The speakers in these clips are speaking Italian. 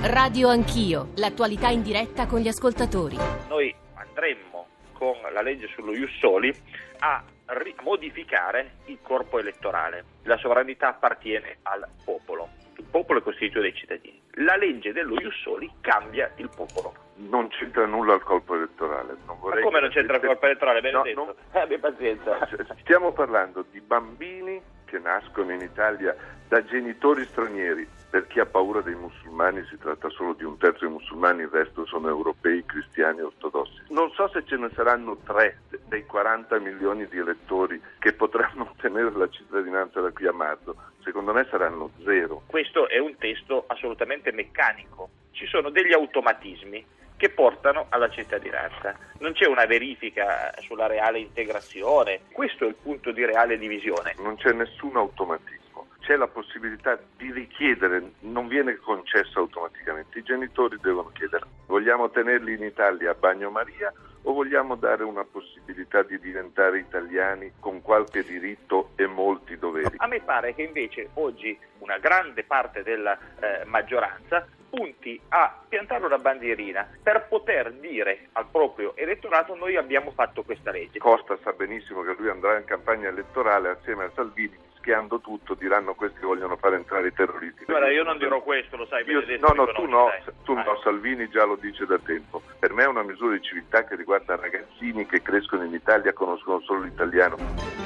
Radio Anch'io, l'attualità in diretta con gli ascoltatori. Noi andremmo con la legge sullo Ius Soli a modificare il corpo elettorale. La sovranità appartiene al popolo. Il popolo è costituito dai cittadini. La legge dello Ius Soli cambia il popolo. Non c'entra nulla il corpo elettorale. Non vorrei. Ma come non c'entra il corpo elettorale? Benedetto. Abbi pazienza. Stiamo parlando di bambini che nascono in Italia da genitori stranieri. Per chi ha paura dei musulmani si tratta solo di un terzo dei musulmani, il resto sono europei, cristiani, ortodossi. Non so se ce ne saranno 3 dei 40 milioni di elettori che potranno ottenere la cittadinanza da qui a marzo. Secondo me saranno 0. Questo è un testo assolutamente meccanico. Ci sono degli automatismi che portano alla cittadinanza. Non c'è una verifica sulla reale integrazione. Questo è il punto di reale divisione. Non c'è nessun automatismo. C'è la possibilità di richiedere, non viene concesso automaticamente. I genitori devono chiedere: vogliamo tenerli in Italia a bagnomaria o vogliamo dare una possibilità di diventare italiani con qualche diritto e molti doveri? A me pare che invece oggi una grande parte della maggioranza punti a piantare una bandierina per poter dire al proprio elettorato: noi abbiamo fatto questa legge. Costa sa benissimo che lui andrà in campagna elettorale assieme a Salvini, mischiando tutto, diranno: questi vogliono far entrare i terroristi. Guarda, io non dirò questo, lo sai, Benedetto. No, tu no, Salvini già lo dice da tempo. Per me è una misura di civiltà che riguarda ragazzini che crescono in Italia, conoscono solo l'italiano.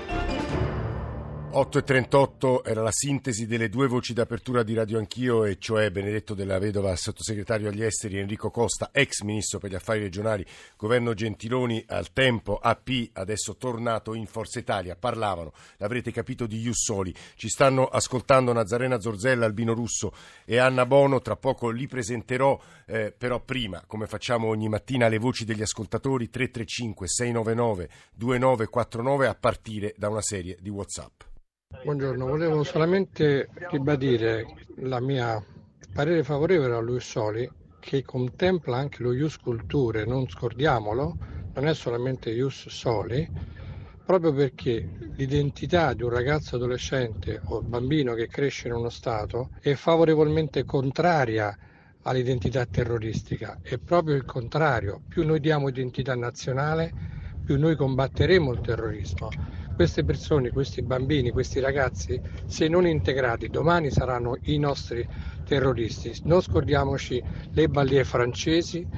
8.38 era la sintesi delle due voci d'apertura di Radio Anch'io, e cioè Benedetto Della Vedova, sottosegretario agli esteri, Enrico Costa, ex ministro per gli affari regionali, governo Gentiloni, al tempo AP, adesso tornato in Forza Italia. Parlavano, l'avrete capito, di Ius Soli. Ci stanno ascoltando Nazarena Zorzella, Albino Russo e Anna Bono. Tra poco li presenterò, però prima, come facciamo ogni mattina, le voci degli ascoltatori 335 699 2949 a partire da una serie di WhatsApp. Buongiorno, volevo solamente ribadire la mia parere favorevole allo Ius Soli, che contempla anche lo Ius Culturae, non scordiamolo, non è solamente Ius Soli, proprio perché l'identità di un ragazzo adolescente o bambino che cresce in uno Stato è favorevolmente contraria all'identità terroristica. È proprio il contrario: più noi diamo identità nazionale, più noi combatteremo il terrorismo. Queste persone, questi bambini, questi ragazzi, se non integrati, domani saranno i nostri terroristi. Non scordiamoci le bandiere francesi,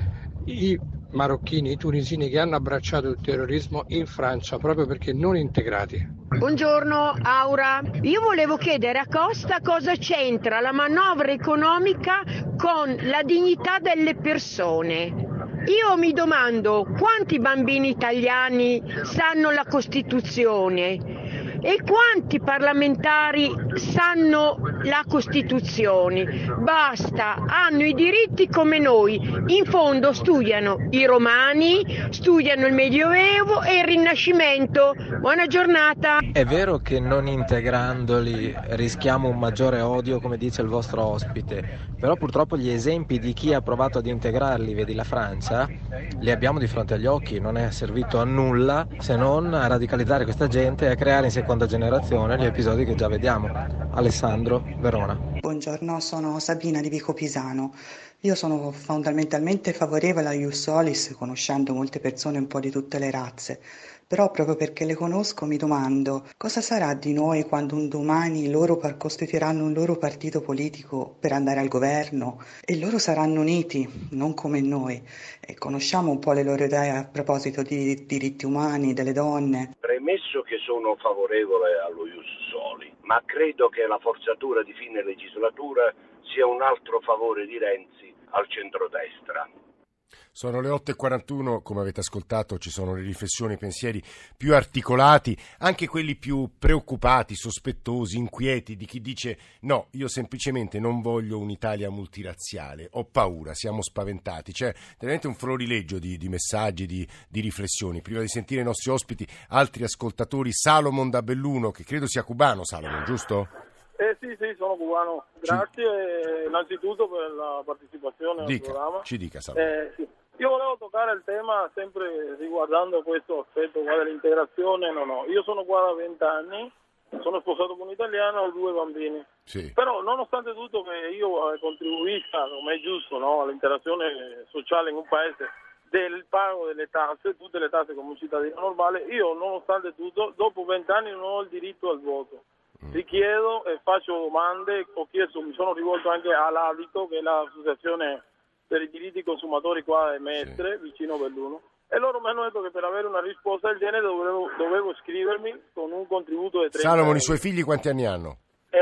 i marocchini, i tunisini che hanno abbracciato il terrorismo in Francia proprio perché non integrati. Buongiorno Aura, io volevo chiedere a Costa cosa c'entra la manovra economica con la dignità delle persone. Io mi domando quanti bambini italiani sanno la Costituzione e quanti parlamentari sanno la Costituzione. Basta, hanno i diritti come noi. In fondo studiano i Romani, studiano il Medioevo e il Rinascimento. Buona giornata. È vero che non integrandoli rischiamo un maggiore odio, come dice il vostro ospite, però purtroppo gli esempi di chi ha provato ad integrarli, vedi la Francia, li abbiamo di fronte agli occhi. Non è servito a nulla se non a radicalizzare questa gente e a creare in seconda generazione gli episodi che già vediamo. Alessandro, Verona. Buongiorno, sono Sabina di Vico Pisano. Io sono fondamentalmente favorevole a Ius Solis, conoscendo molte persone un po' di tutte le razze, però proprio perché le conosco mi domando cosa sarà di noi quando un domani loro costituiranno un loro partito politico per andare al governo e loro saranno uniti, non come noi, e conosciamo un po' le loro idee a proposito di diritti umani, delle donne. Premesso che sono favorevole allo Ius Soli, ma credo che la forzatura di fine legislatura sia un altro favore di Renzi al centrodestra. Sono le 8.41, come avete ascoltato ci sono le riflessioni, i pensieri più articolati, anche quelli più preoccupati, sospettosi, inquieti, di chi dice no, io semplicemente non voglio un'Italia multirazziale, ho paura, siamo spaventati. C'è veramente un florileggio di messaggi, di riflessioni. Prima di sentire i nostri ospiti, altri ascoltatori, Salomon da Belluno, che credo sia cubano, Salomon, giusto? Sì, sono cubano. Grazie innanzitutto per la partecipazione al programma. Ci dica, Salomon. Sì. Io volevo toccare il tema sempre riguardando questo aspetto qua dell'integrazione. No, io sono qua da 20 anni sono sposato con un'italiana, ho 2 bambini. Sì. Però nonostante tutto che io contribuisca, come è giusto, no, all'interazione sociale in un paese, del pago delle tasse, tutte le tasse come un cittadino normale, io nonostante tutto dopo 20 anni non ho il diritto al voto. Richiedo e faccio domande, mi sono rivolto anche all'Adito, che è l'associazione per i diritti consumatori qua a Mestre, vicino Belluno, e loro mi hanno detto che per avere una risposta del genere dovevo iscrivermi con un contributo di 30 Salomon, euro. i suoi figli quanti anni hanno?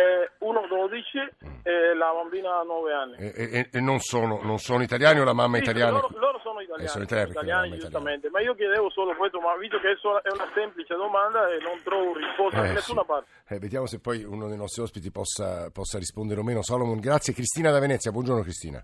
Uno 12 e la bambina 9 anni. E non sono italiani o la mamma è Sì, italiana? loro sono italiani, sono italiani giustamente, ma io chiedevo solo questo, ma visto che è una semplice domanda e non trovo risposta da nessuna parte. Vediamo se poi uno dei nostri ospiti possa rispondere o meno. Salomon, grazie. Cristina da Venezia, buongiorno Cristina.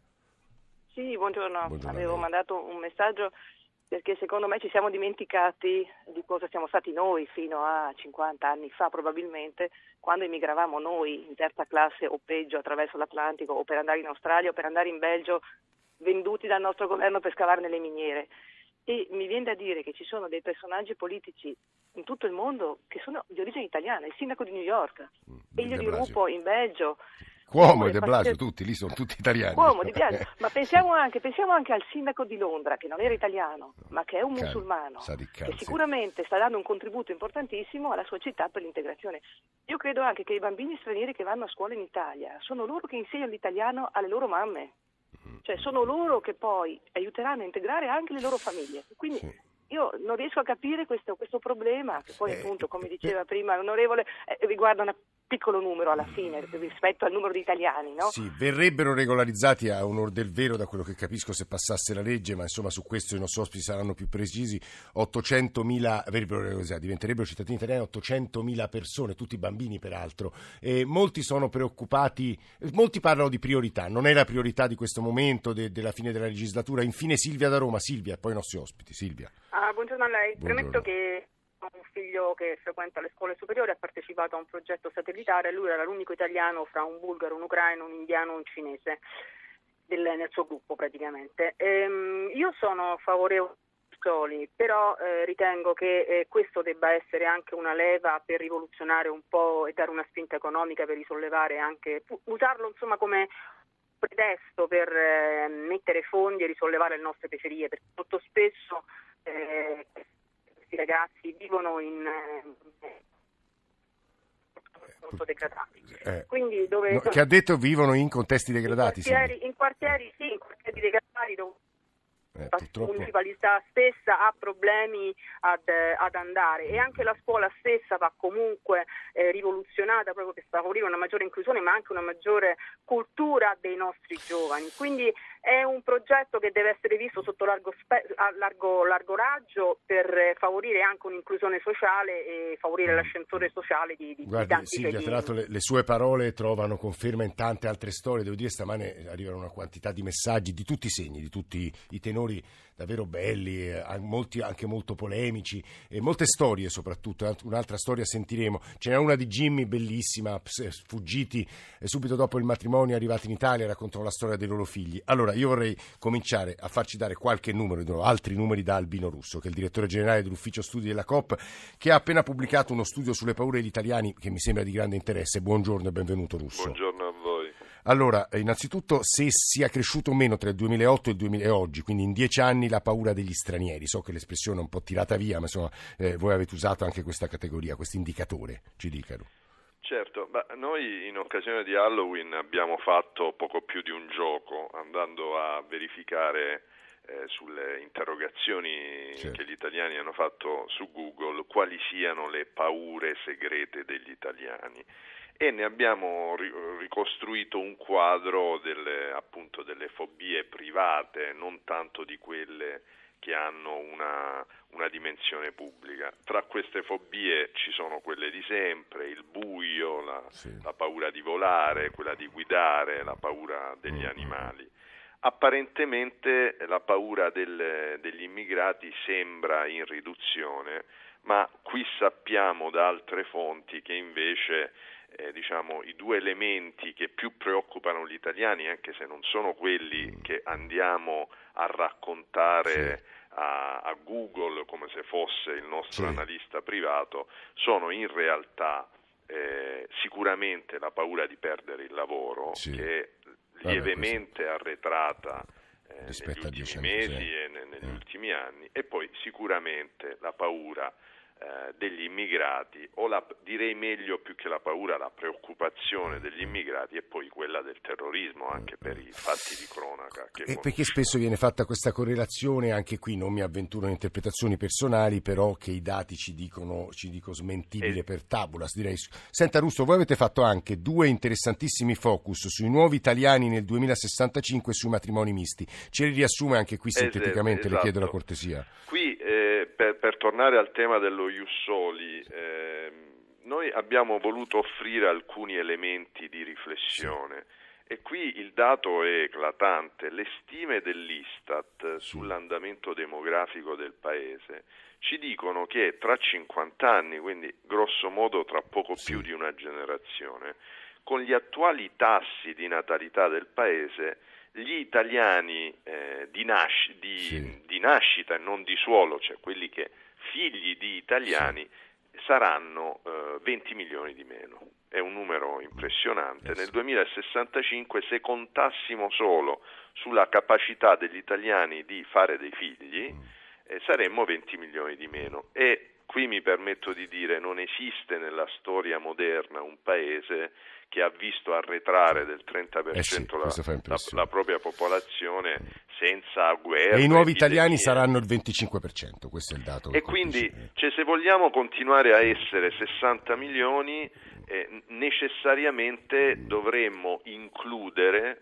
Sì, buongiorno. Avevo a lei. mandato un messaggio perché secondo me ci siamo dimenticati di cosa siamo stati noi fino a 50 anni fa probabilmente, quando emigravamo noi in terza classe o peggio attraverso l'Atlantico o per andare in Australia o per andare in Belgio, venduti dal nostro governo per scavare nelle miniere. E mi viene da dire che ci sono dei personaggi politici in tutto il mondo che sono di origine italiana, il sindaco di New York, Elio Di Rupo in Belgio, Cuomo e De Blasio, tutti, lì sono tutti italiani. Cuomo, Di Biagio, ma pensiamo anche al sindaco di Londra, che non era italiano, ma che è un musulmano, che sicuramente sta dando un contributo importantissimo alla sua città per l'integrazione. Io credo anche che i bambini stranieri che vanno a scuola in Italia sono loro che insegnano l'italiano alle loro mamme, cioè sono loro che poi aiuteranno a integrare anche le loro famiglie. Quindi io non riesco a capire questo problema, che poi appunto, come diceva prima l'onorevole, riguarda un piccolo numero alla fine rispetto al numero di italiani, no? Sì, verrebbero regolarizzati a onor del vero, da quello che capisco, se passasse la legge, ma insomma su questo i nostri ospiti saranno più precisi. 800.000 verrebbero regolarizzati, diventerebbero cittadini italiani 800.000 persone, tutti bambini peraltro. E molti sono preoccupati, molti parlano di priorità, non è la priorità di questo momento, della fine della legislatura. Infine Silvia da Roma. Silvia, poi i nostri ospiti. Silvia. Buongiorno a lei. Buongiorno. Premetto che ho un figlio che frequenta le scuole superiori, ha partecipato a un progetto satellitare, lui era l'unico italiano fra un bulgaro, un ucraino, un indiano e un cinese nel suo gruppo praticamente. Io sono favorevole ai soli, però ritengo che questo debba essere anche una leva per rivoluzionare un po' e dare una spinta economica per risollevare anche, usarlo insomma come pretesto per mettere fondi e risollevare le nostre periferie, perché molto spesso questi ragazzi vivono in molto degradati. Quindi che ha detto vivono in contesti degradati? In quartieri degradati dove la purtroppo municipalità stessa ha problemi ad andare, e anche la scuola stessa va comunque rivoluzionata proprio per favorire una maggiore inclusione ma anche una maggiore cultura dei nostri giovani. Quindi è un progetto che deve essere visto sotto largo raggio per favorire anche un'inclusione sociale e favorire l'ascensore sociale di tanti Silvia, figli. tra l'altro le sue parole trovano conferma in tante altre storie. Devo dire, stamane arrivano una quantità di messaggi di tutti i segni, di tutti i tenori davvero belli, molti anche molto polemici, e molte storie soprattutto. Un'altra storia sentiremo, ce n'è una di Jimmy bellissima, fuggiti subito dopo il matrimonio, arrivati in Italia, raccontano la storia dei loro figli. Allora io vorrei cominciare a farci dare qualche numero, altri numeri da Albino Russo, che è il direttore generale dell'ufficio studi della Coop, che ha appena pubblicato uno studio sulle paure degli italiani che mi sembra di grande interesse. Buongiorno e benvenuto Russo. Buongiorno a voi. Allora, innanzitutto, se sia cresciuto o meno tra il 2008 e oggi, quindi in 10 anni, la paura degli stranieri. So che l'espressione è un po' tirata via, ma insomma voi avete usato anche questa categoria, questo indicatore, ci dicano. Certo, noi in occasione di Halloween abbiamo fatto poco più di un gioco, andando a verificare sulle interrogazioni che gli italiani hanno fatto su Google quali siano le paure segrete degli italiani, e ne abbiamo ricostruito un quadro delle fobie private, non tanto di quelle che hanno una dimensione pubblica. Tra queste fobie ci sono quelle di sempre: il buio, la paura di volare, quella di guidare, la paura degli animali. Apparentemente la paura degli immigrati sembra in riduzione, ma qui sappiamo da altre fonti che invece i due elementi che più preoccupano gli italiani, anche se non sono quelli che andiamo a raccontare a Google come se fosse il nostro analista privato, sono in realtà sicuramente la paura di perdere il lavoro, che è lievemente arretrata negli ultimi mesi e negli ultimi anni, e poi sicuramente la paura degli immigrati, direi meglio, più che la paura, la preoccupazione degli immigrati, e poi quella del terrorismo, anche per i fatti di cronaca. Perché spesso viene fatta questa correlazione, anche qui non mi avventuro in interpretazioni personali, però che i dati ci dico smentibile per tabulas, direi. Senta Russo, voi avete fatto anche 2 interessantissimi focus sui nuovi italiani nel 2065 e sui matrimoni misti. Ce li riassume anche qui sinteticamente, esatto. Le chiedo la cortesia. Qui per tornare al tema dello Ius Soli, noi abbiamo voluto offrire alcuni elementi di riflessione, e qui il dato è eclatante. Le stime dell'Istat sull'andamento demografico del Paese ci dicono che tra 50 anni, quindi grosso modo tra poco più di una generazione, con gli attuali tassi di natalità del Paese, gli italiani di nascita e non di suolo, cioè quelli che figli di italiani, saranno 20 milioni di meno. È un numero impressionante. Nel 2065, se contassimo solo sulla capacità degli italiani di fare dei figli, saremmo 20 milioni di meno. E qui mi permetto di dire, non esiste nella storia moderna un paese che ha visto arretrare del 30% la propria popolazione senza guerre. E i nuovi italiani saranno il 25%, questo è il dato. E quindi, se vogliamo continuare a essere 60 milioni, necessariamente dovremmo includere...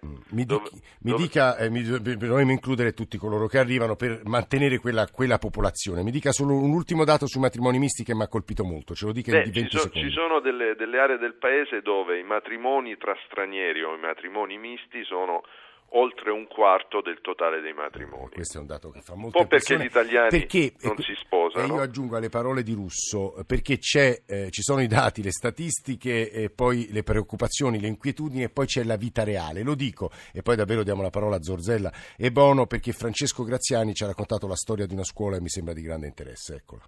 dovremmo includere tutti coloro che arrivano per mantenere quella popolazione. Mi dica solo un ultimo dato sui matrimoni misti che mi ha colpito molto, ce lo dica in 20 secondi. Ci sono delle aree del paese dove i matrimoni tra stranieri o i matrimoni misti sono oltre un quarto del totale dei matrimoni. Questo è un dato che fa molto impressione. Perché gli italiani non si sposano. E io aggiungo alle parole di Russo, perché ci sono i dati, le statistiche, e poi le preoccupazioni, le inquietudini, e poi c'è la vita reale. Lo dico, e poi davvero diamo la parola a Zorzella e Bono, perché Francesco Graziani ci ha raccontato la storia di una scuola e mi sembra di grande interesse. Eccola.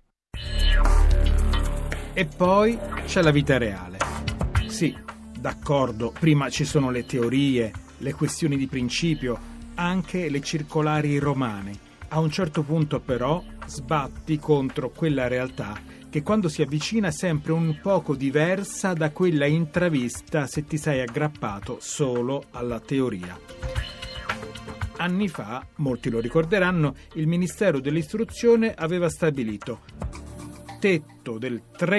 E poi c'è la vita reale. Sì, d'accordo, prima ci sono le teorie, le questioni di principio, anche le circolari romane. A un certo punto però sbatti contro quella realtà che quando si avvicina è sempre un poco diversa da quella intravista se ti sei aggrappato solo alla teoria. Anni fa, molti lo ricorderanno, il Ministero dell'Istruzione aveva stabilito tetto del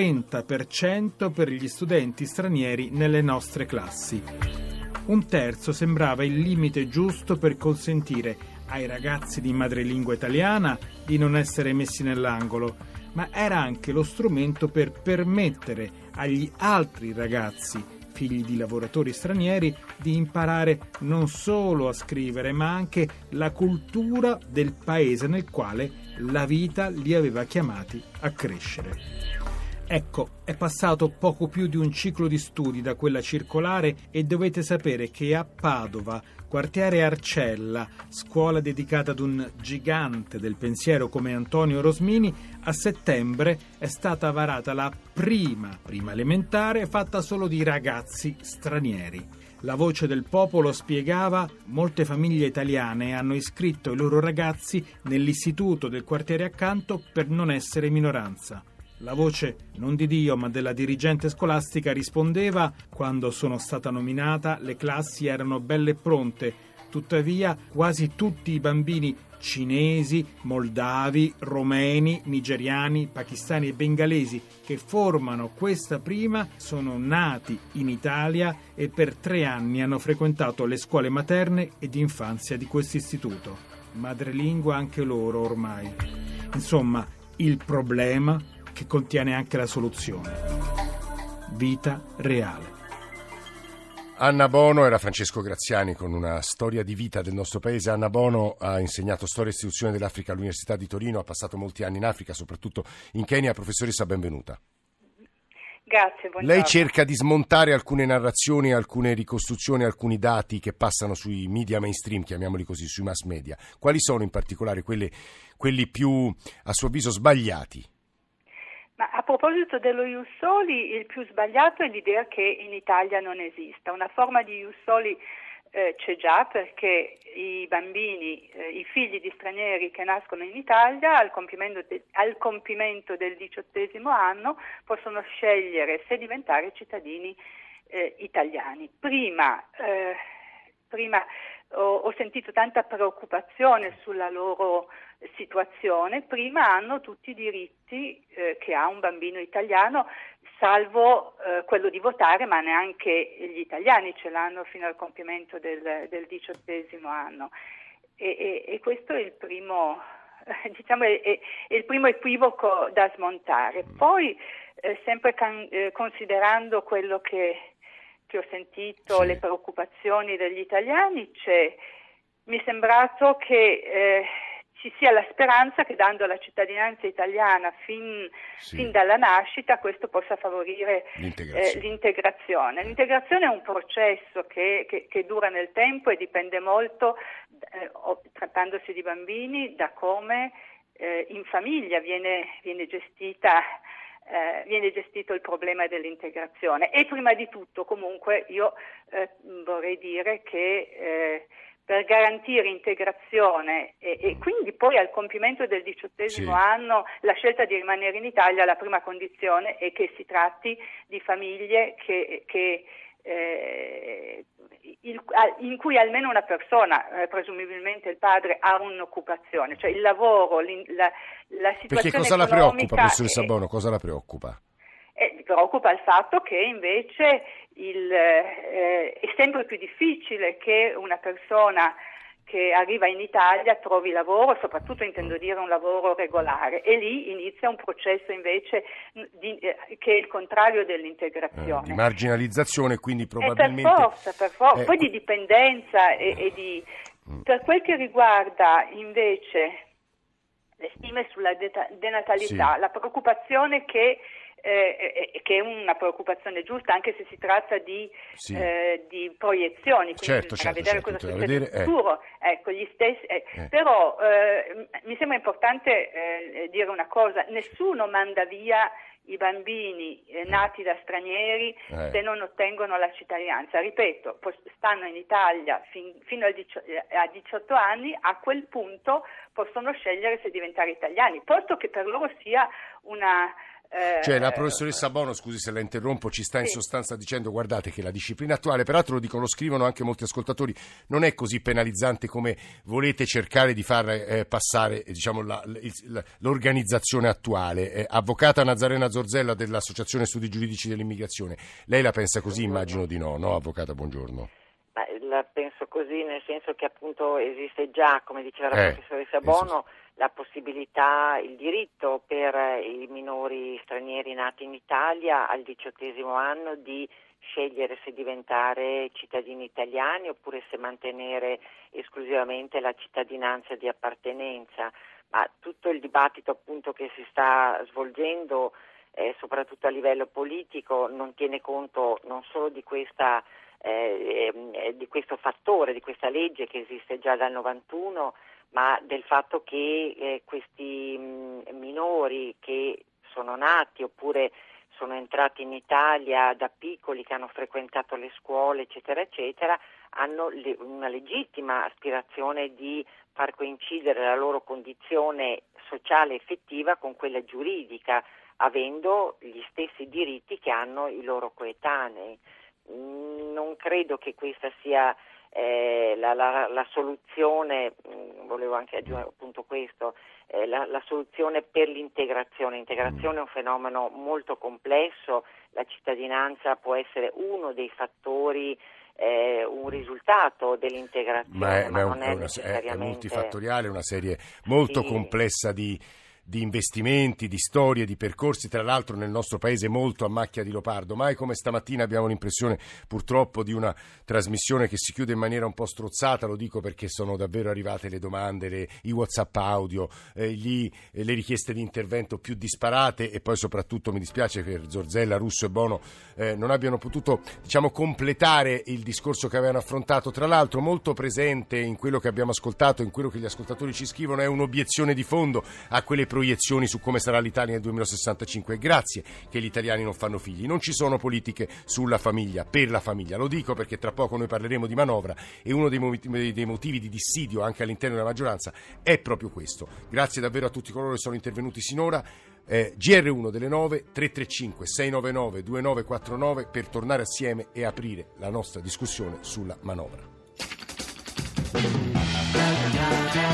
30% per gli studenti stranieri nelle nostre classi. Un terzo sembrava il limite giusto per consentire ai ragazzi di madrelingua italiana di non essere messi nell'angolo, ma era anche lo strumento per permettere agli altri ragazzi, figli di lavoratori stranieri, di imparare non solo a scrivere, ma anche la cultura del paese nel quale la vita li aveva chiamati a crescere. Ecco, è passato poco più di un ciclo di studi da quella circolare e dovete sapere che a Padova, quartiere Arcella, scuola dedicata ad un gigante del pensiero come Antonio Rosmini, a settembre è stata varata la prima elementare fatta solo di ragazzi stranieri. La Voce del Popolo spiegava: molte famiglie italiane hanno iscritto i loro ragazzi nell'istituto del quartiere accanto per non essere minoranza. La voce non di Dio ma della dirigente scolastica rispondeva: quando sono stata nominata le classi erano belle e pronte, tuttavia quasi tutti i bambini cinesi, moldavi, romeni, nigeriani, pakistani e bengalesi che formano questa prima sono nati in Italia e per 3 anni hanno frequentato le scuole materne e di infanzia di questo istituto. Madrelingua anche loro ormai. Insomma, il problema che contiene anche la soluzione. Vita reale. Anna Bono era Francesco Graziani con una storia di vita del nostro paese. Anna Bono ha insegnato storia e istituzione dell'Africa all'Università di Torino, ha passato molti anni in Africa, soprattutto in Kenya. Professoressa, benvenuta. Grazie, buongiorno. Lei cerca di smontare alcune narrazioni, alcune ricostruzioni, alcuni dati che passano sui media mainstream, chiamiamoli così, sui mass media. Quali sono in particolare quelli più, a suo avviso, sbagliati? Ma a proposito dello Ius Soli, il più sbagliato è l'idea che in Italia non esista. Una forma di Ius Soli c'è già, perché i bambini, i figli di stranieri che nascono in Italia al compimento del 18° anno possono scegliere se diventare cittadini italiani. Prima ho sentito tanta preoccupazione sulla loro situazione. Prima hanno tutti i diritti che ha un bambino italiano, salvo quello di votare, ma neanche gli italiani ce l'hanno fino al compimento del 18° anno. E questo è il primo, è il primo equivoco da smontare. Poi, sempre considerando quello che ho sentito, le preoccupazioni degli italiani, mi è sembrato che ci sia la speranza che, dando la cittadinanza italiana fin dalla nascita, questo possa favorire l'integrazione. L'integrazione è un processo che dura nel tempo e dipende molto, trattandosi di bambini, da come in famiglia viene gestito il problema dell'integrazione. E prima di tutto, comunque, io vorrei dire che per garantire integrazione e quindi poi al compimento del 18° anno la scelta di rimanere in Italia, la prima condizione è che si tratti di famiglie in cui almeno una persona, presumibilmente il padre, ha un'occupazione, cioè il lavoro, la situazione. Perché cosa la preoccupa, professoressa Bono? Cosa la preoccupa? Preoccupa il fatto che invece è sempre più difficile che una persona che arriva in Italia trovi lavoro, soprattutto intendo dire un lavoro regolare, e lì inizia un processo invece che è il contrario dell'integrazione. Di marginalizzazione, quindi probabilmente... Per forza. Poi di dipendenza per quel che riguarda invece le stime sulla denatalità, la preoccupazione che è una preoccupazione giusta, anche se si tratta di proiezioni, quindi per vedere cosa succede nel futuro. Ecco, gli stessi, però mi sembra importante dire una cosa: nessuno manda via i bambini nati da stranieri se non ottengono la cittadinanza. Ripeto, stanno in Italia fino a 18 anni, a quel punto possono scegliere se diventare italiani, posto che per loro sia una... Cioè la professoressa Bono, scusi se la interrompo, ci sta in sostanza dicendo: guardate che la disciplina attuale, peraltro lo dicono, lo scrivono anche molti ascoltatori, non è così penalizzante come volete cercare di far passare, diciamo, l'organizzazione attuale. Avvocata Nazarena Zorzella dell'Associazione Studi Giuridici dell'Immigrazione, lei la pensa così? Immagino di no, avvocata? Buongiorno. La penso così, nel senso che appunto esiste già, come diceva la professoressa Bono, la possibilità, il diritto per i minori stranieri nati in Italia al 18° anno di scegliere se diventare cittadini italiani oppure se mantenere esclusivamente la cittadinanza di appartenenza. Ma tutto il dibattito appunto che si sta svolgendo, soprattutto a livello politico, non tiene conto non solo di questo fattore, di questa legge che esiste già dal 91, ma del fatto che questi minori che sono nati oppure sono entrati in Italia da piccoli, che hanno frequentato le scuole, eccetera, eccetera, hanno una legittima aspirazione di far coincidere la loro condizione sociale effettiva con quella giuridica, avendo gli stessi diritti che hanno i loro coetanei. Non credo che questa sia la soluzione, volevo anche aggiungere appunto questo, la soluzione per l'integrazione. L'integrazione è un fenomeno molto complesso, la cittadinanza può essere uno dei fattori, un risultato dell'integrazione, ma non è necessariamente... È multifattoriale, una serie molto complessa di investimenti, di storie, di percorsi, tra l'altro nel nostro paese molto a macchia di leopardo. Mai come stamattina abbiamo l'impressione purtroppo di una trasmissione che si chiude in maniera un po' strozzata, lo dico perché sono davvero arrivate le domande, i WhatsApp audio, le richieste di intervento più disparate, e poi soprattutto mi dispiace che Zorzella, Russo e Bono non abbiano potuto, diciamo, completare il discorso che avevano affrontato. Tra l'altro molto presente in quello che abbiamo ascoltato, in quello che gli ascoltatori ci scrivono, è un'obiezione di fondo a quelle proiezioni su come sarà l'Italia nel 2065. Grazie che gli italiani non fanno figli. Non ci sono politiche sulla famiglia, per la famiglia. Lo dico perché tra poco noi parleremo di manovra e uno dei motivi di dissidio anche all'interno della maggioranza è proprio questo. Grazie davvero a tutti coloro che sono intervenuti sinora. GR1 delle 9, 335 699 2949 per tornare assieme e aprire la nostra discussione sulla manovra.